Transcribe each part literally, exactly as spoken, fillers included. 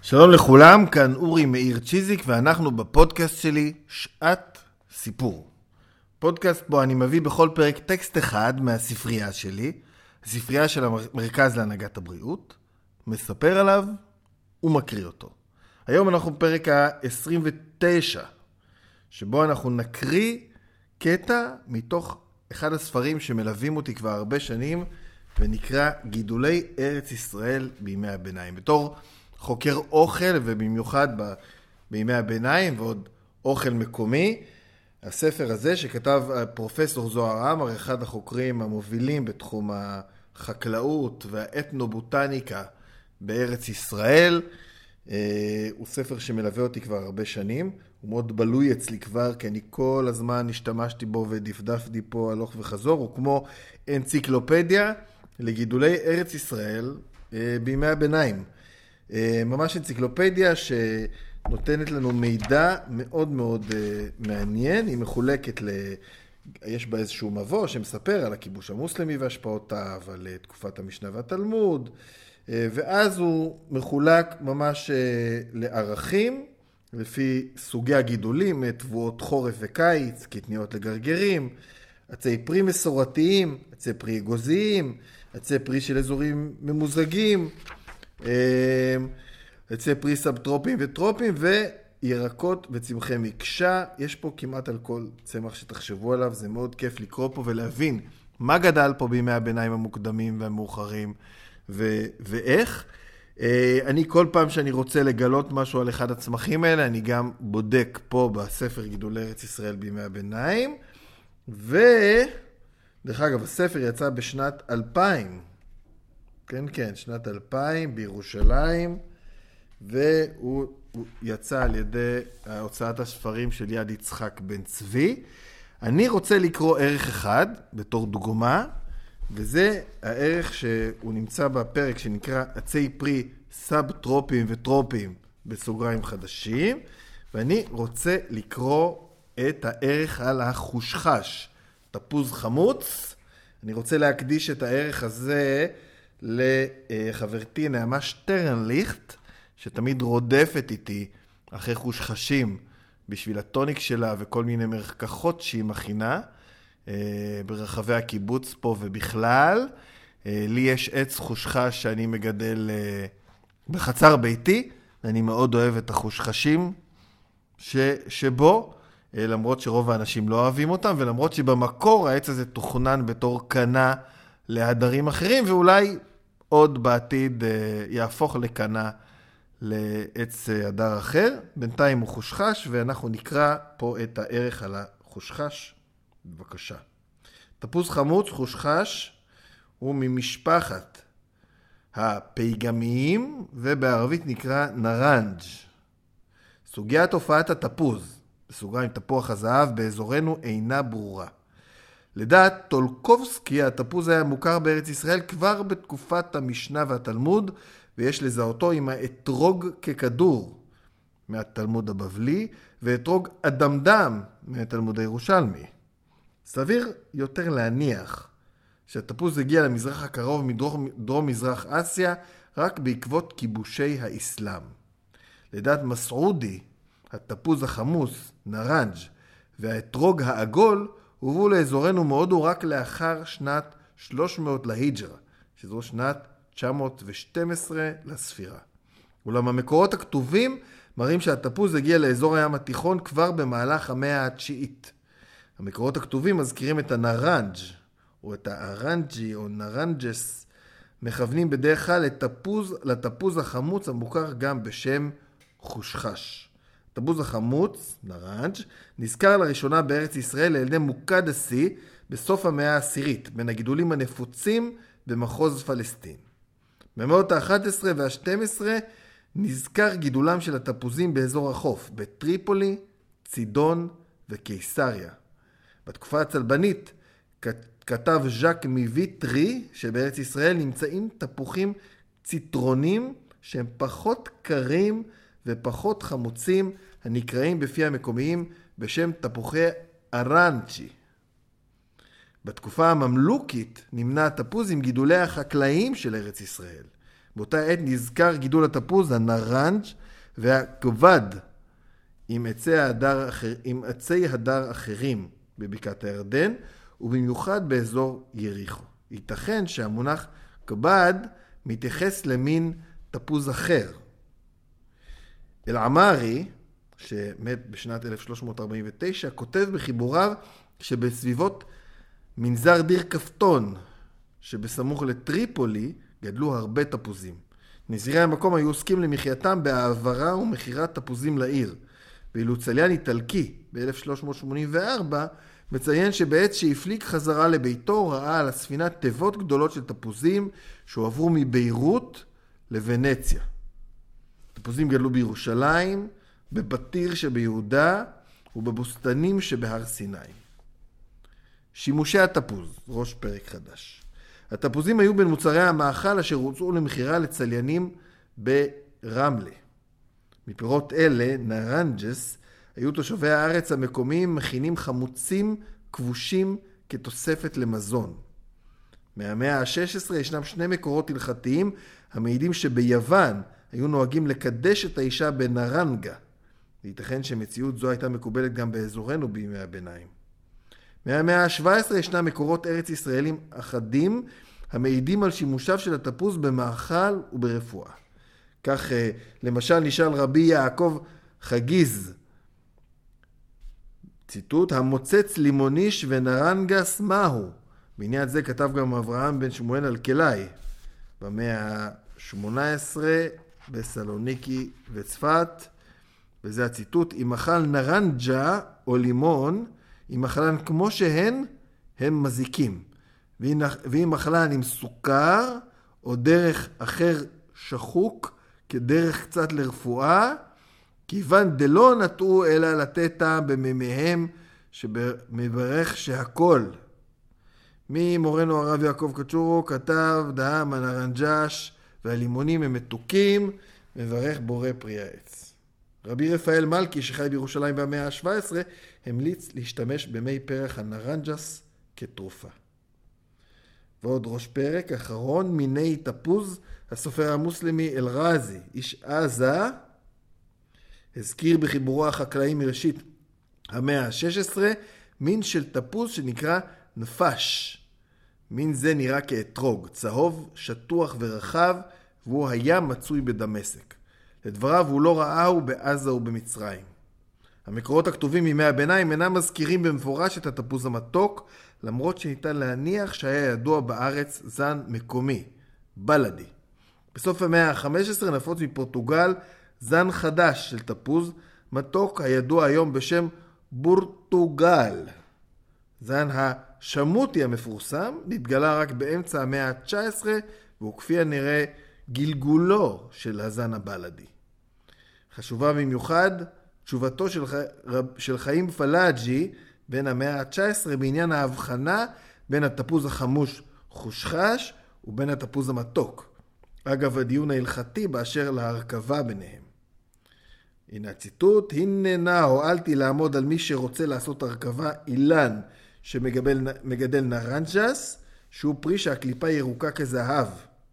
שלום לכולם, כאן אורי מאיר צ'יזיק ואנחנו בפודקאסט שלי שעת סיפור. פודקאסט בו אני מביא בכל פרק טקסט אחד מהספרייה שלי, הספרייה של המרכז להנהגת הבריאות, מספר עליו ומקריא אותו. היום אנחנו בפרק ה-עשרים ותשע, שבו אנחנו נקריא קטע מתוך אחד הספרים שמלווים אותי כבר הרבה שנים, ונקרא גידולי ארץ ישראל בימי הביניים. בתור חוקר אוכל, ובמיוחד ב- בימי הביניים, ועוד אוכל מקומי, הספר הזה שכתב פרופסור זוהר עמר, אחד החוקרים המובילים בתחום החקלאות והאתנובוטניקה בארץ ישראל, הוא ספר שמלווה אותי כבר הרבה שנים, הוא מאוד בלוי אצלי כבר, כי אני כל הזמן השתמשתי בו ודפדפתי פה הלוך וחזור, הוא כמו אנציקלופדיה לגידולי ארץ ישראל בימי הביניים. ממש אנציקלופדיה שנותנת לנו מידע מאוד מאוד מעניין, היא מחולקת ל... יש בה איזשהו מבוא שמספר על הכיבוש המוסלמי והשפעותיו, על תקופת המשנה והתלמוד, ואז הוא מחולק ממש לערכים, לפי סוגי הגידולים, תבואות חורף וקיץ, קטניות לגרגרים, עצי פרי מסורתיים, עצי פרי אגוזיים, עצי פרי של אזורים ממוזגים, עצי פרי סבטרופיים וטרופיים, וירקות וצמחי מקשה. יש פה כמעט על כל צמח שתחשבו עליו, זה מאוד כיף לקרוא פה ולהבין מה גדל פה בימי הביניים המוקדמים והמאוחרים, ו- ואיך. אני כל פעם שאני רוצה לגלות משהו על אחד הצמחים האלה, אני גם בודק פה בספר גידולי ארץ ישראל בימי הביניים, ודרך אגב, הספר יצא בשנת אלפיים, כן, כן, שנת אלפיים בירושלים, והוא יצא על ידי הוצאת הספרים של יד יצחק בן צבי. אני רוצה לקרוא ערך אחד בתור דוגמה, וזה הערך שהוא נמצא בפרק שנקרא עצי פרי סאב-טרופיים וטרופיים בסוגריים חדשים, ואני רוצה לקרוא את הערך על החושחש, תפוז חמוץ. אני רוצה להקדיש את הערך הזה לחברתי נעמה שטרנליכט, שתמיד רודפת איתי אחרי חושחשים בשביל הטוניק שלה וכל מיני מרקחות שהיא מכינה ברחבי הקיבוץ פה ובכלל. לי יש עץ חושחש שאני מגדל בחצר ביתי, ואני מאוד אוהב את החושחשים ש, שבו, למרות שרוב האנשים לא אוהבים אותם, ולמרות שבמקור העץ הזה תוכנן בתור קנה להדרים אחרים, ואולי עוד בעתיד יהפוך לקנה לעץ הדר אחר. בינתיים הוא חושחש, ואנחנו נקרא פה את הערך על החושחש. בבקשה. תפוז חמוץ חושחש הוא ממשפחת הפייגמיים, ובערבית נקרא נרנג'. סוגיית תופעת התפוז, בסוגריים תפוח הזהב, באזורנו אינה ברורה. לדעת טולקובסקי, התפוז היה מוכר בארץ ישראל כבר בתקופת המשנה והתלמוד, ויש לזהותו עם האתרוג ככדור מהתלמוד הבבלי, ואתרוג אדמדם מהתלמוד הירושלמי. סביר יותר להניח שהתפוז הגיע למזרח הקרוב מדרום דרום מזרח אסיה רק בעקבות כיבושי האסלאם. לדעת מסעודי, התפוז החמוס, נרנג' והאתרוג העגול הובאו לאזורנו מהודו רק לאחר שנת שלוש מאות להיג'רה, שזו שנת תשע מאות ושתים עשרה לספירה. אולם המקורות הכתובים מראים שהתפוז הגיע לאזור הים התיכון כבר במהלך המאה התשיעית. המקורות הכתובים מזכירים את הנרנג' או את הארנג'י או נרנג'ס, מכוונים בדרך כלל לתפוז, לתפוז החמוץ המוכר גם בשם חושחש. התפוז החמוץ, נרנג', נזכר לראשונה בארץ ישראל על ידי מוקדסי בסוף המאה העשירית, בין הגידולים הנפוצים במחוז פלסטין. במאות ה-אחת עשרה וה-שתים עשרה נזכר גידולם של התפוזים באזור החוף, בטריפולי, צידון וקיסריה. בתקופה הצלבנית כתב ז'ק מוויטרי שבארץ ישראל נמצאים תפוחים ציטרונים שהם פחות קרים ופחות חמוצים, הנקראים בפי המקומיים בשם תפוחי ארנצ'י. בתקופה הממלוכית נמנה התפוז עם גידולי החקלאים של ארץ ישראל. באותה עת נזכר גידול התפוז, הנרנג' והכבד עם עצי הדר, אחר, עם עצי הדר אחרים בבקעת הירדן, ובמיוחד באזור יריחו. ייתכן שהמונח כבד מתייחס למין תפוז אחר. אל-עמארי, שמת בשנת אלף שלוש מאות ארבעים ותשע, כותב בחיבוריו שבסביבות מנזר דיר כפתון, שבסמוך לטריפולי, גדלו הרבה תפוזים. נזירי המקום היו עוסקים למחייתם בהעברה ומחירת תפוזים לעיר. ואילו צליין איטלקי ב-אלף שלוש מאות שמונים וארבע מציין שבעת שהפליג חזרה לביתו ראה על הספינה תיבות גדולות של תפוזים שהועברו מביירות לוונציה. תפוזים גדלו בירושלים, בבטיר שביהודה ובבוסתנים שבהר סיני. שימושי התפוז, ראש פרק חדש. התפוזים היו בין מוצרי המאכל אשר הוצאו למחירה לצליינים ברמלה. מפירות אלה, נרנג'ס, היו תושבי הארץ המקומיים מכינים חמוצים כבושים כתוספת למזון. מהמאה ה-שש עשרה ישנם שני מקורות הלכתיים המעידים שביוון היו נוהגים לקדש את האישה בנרנגה. ייתכן שמציאות זו הייתה מקובלת גם באזורנו בימי הביניים. מהמאה ה-שבע עשרה ישנם מקורות ארץ ישראלים אחדים המעידים על שימושיו של התפוז במאכל וברפואה. כך למשל נשאל רבי יעקב חגיז, ציטוט, המוצץ לימוניש ונרנגס מהו? בעניין זה כתב גם אברהם בן שמואל אלקלעי במאה ה-שמונה עשרה בסלוניקי וצפת, וזה הציטוט, אם אכל נרנג'ה או לימון, אם אכלן כמו שהן, הם מזיקים. ואם אכלן עם סוכר או דרך אחר שחוק, כדרך קצת לרפואה, כיוון דלא נטעו אלא לתת טעם במימיהם, שמברך שהכל. ממורנו הרב יעקב קצ'ורו כתב, דהם הנרנג'ש והלימונים הם מתוקים, מברך בורא פרי העץ. רבי רפאל מלכי שחי בירושלים במאה ה-שבע עשרה, המליץ להשתמש במי פרח הנרנג'ס כתרופה. ועוד ראש פרק אחרון, מיני תפוז, הסופר המוסלמי אל-רזי, איש עזה, הזכיר בחיבורו החקלאי מראשית המאה ה-שש עשרה, מין של תפוז שנקרא נפש. מין זה נראה כאתרוג, צהוב, שטוח ורחב, והוא היה מצוי בדמשק. לדבריו הוא לא ראהו בעזה ובמצרים. המקורות הכתובים מימי הביניים אינם מזכירים במפורש את התפוז המתוק, למרות שניתן להניח שהיה ידוע בארץ זן מקומי, בלדי. בסוף המאה ה-חמש עשרה נפוץ מפורטוגל זן חדש של תפוז מתוק הידוע היום בשם בורטוגל. זן השמוטי המפורסם נתגלה רק באמצע המאה ה-תשע עשרה, והוא כפי הנראה גלגולו של הזן הבלדי. חשובה במיוחד תשובתו של, ח... של חיים פלאג'י בין המאה ה-תשע עשרה בעניין ההבחנה בין התפוז החמוש חושחש ובין התפוז המתוק. אגב הדיון ההלכתי באשר להרכבה ביניהם. הנה הציטוט, הנה נא הועלתי לעמוד על מי שרוצה לעשות הרכבה אילן שמגדל נרנג'ס, שהוא פרי שהקליפה ירוקה כזהב.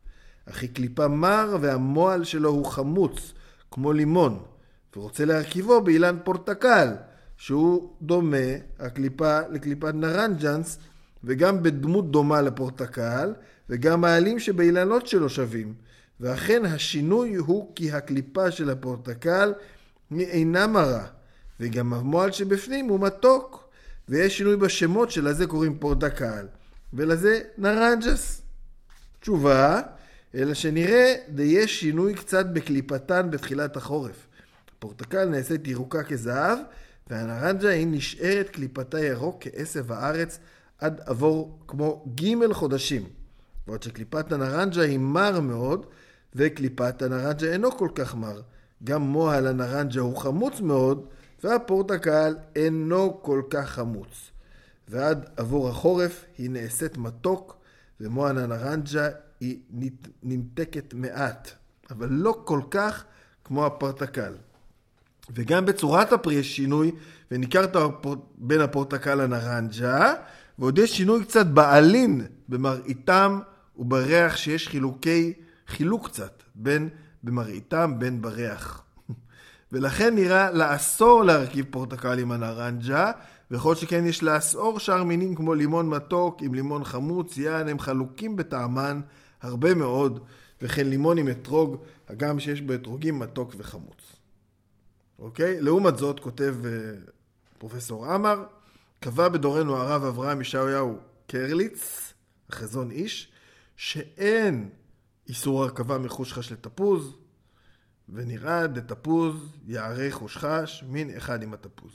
אך קליפה מר והמועל שלו הוא חמוץ, כמו לימון, ורוצה להרכיבו באילן פורטקל, שהוא דומה הקליפה לקליפת נרנג'נס, וגם בדמות דומה לפורטקל, וגם העלים שבאילנות שלו שווים. ואכן השינוי הוא כי הקליפה של הפורטקל אינה מרה, וגם המועל שבפנים הוא מתוק, ויש שינוי בשמות שלזה קוראים פורטקל, ולזה נרנג'ס. תשובה, אלא שנראה די שינוי קצת בקליפתן בתחילת החורף. הפורטקל נעשית ירוקה כזהב, והנרנג'ה היא נשארת קליפתה ירוק כעשב הארץ עד עבור כמו ג' חודשים. ועוד שקליפת הנרנג'ה היא מר מאוד, וקליפת הנרנג'ה אינו כל כך מר. גם מועל הנרנג'ה הוא חמוץ מאוד, והפורטקל אינו כל כך חמוץ. ועד עבור החורף היא נעשית מתוק, ומועל הנרנג'ה היא נמתקת מעט, אבל לא כל כך כמו הפורטקל. וגם בצורת הפרי יש שינוי, וניכרת בין הפורטקל לנרנג'ה, ועוד יש שינוי קצת בעלין, במראיתם ובריח שיש חילוקי חילוק קצת, בין במראיתם, בין בריח. ולכן נראה לאסור להרכיב פורטקל עם הנרנג'ה, וכל שכן יש לאסור שאר מינים כמו לימון מתוק עם לימון חמוץ, יען הם חלוקים בטעמן הרבה מאוד, וכן לימון עם אתרוג, הגם שיש בו אתרוגים מתוק וחמוץ. אוקיי? לעומת זאת, כותב פרופסור עמר, קבע בדורנו הרב אברהם ישעיהו קרליץ, החזון איש, שאין איסור הרכבה מחושחש לתפוז, ונראה דתפוז יערה חושחש מין אחד עם התפוז.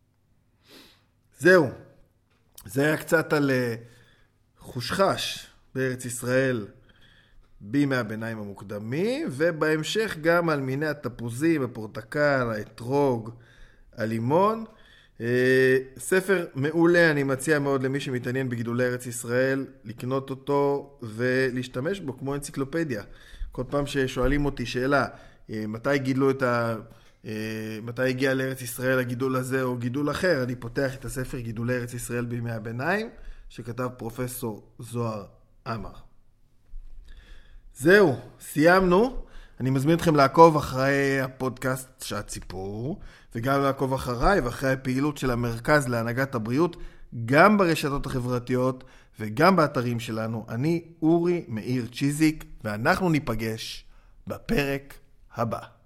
זהו. זה היה קצת על חושחש בארץ ישראל בימי הביניים המוקדמים, ובהמשך גם על מיני התפוזים, הפורטקל, האתרוג, הלימון. ספר מעולה, אני מציע מאוד למי שמתעניין בגידולי ארץ ישראל, לקנות אותו ולהשתמש בו כמו אנציקלופדיה. כל פעם ששואלים אותי שאלה, מתי גידלו את ה... מתי הגיע לארץ ישראל הגידול הזה או גידול אחר, אני פותח את הספר גידולי ארץ ישראל בימי הביניים, שכתב פרופסור זוהר עמר. זהו, סיימנו. אני מזמין אתכם לעקוב אחרי הפודקאסט שעת סיפור, וגם לעקוב אחריי ואחרי הפעילות של המרכז להנהגת הבריאות, גם ברשתות החברתיות וגם באתרים שלנו. אני אורי מאיר צ'יזיק, ואנחנו ניפגש בפרק הבא.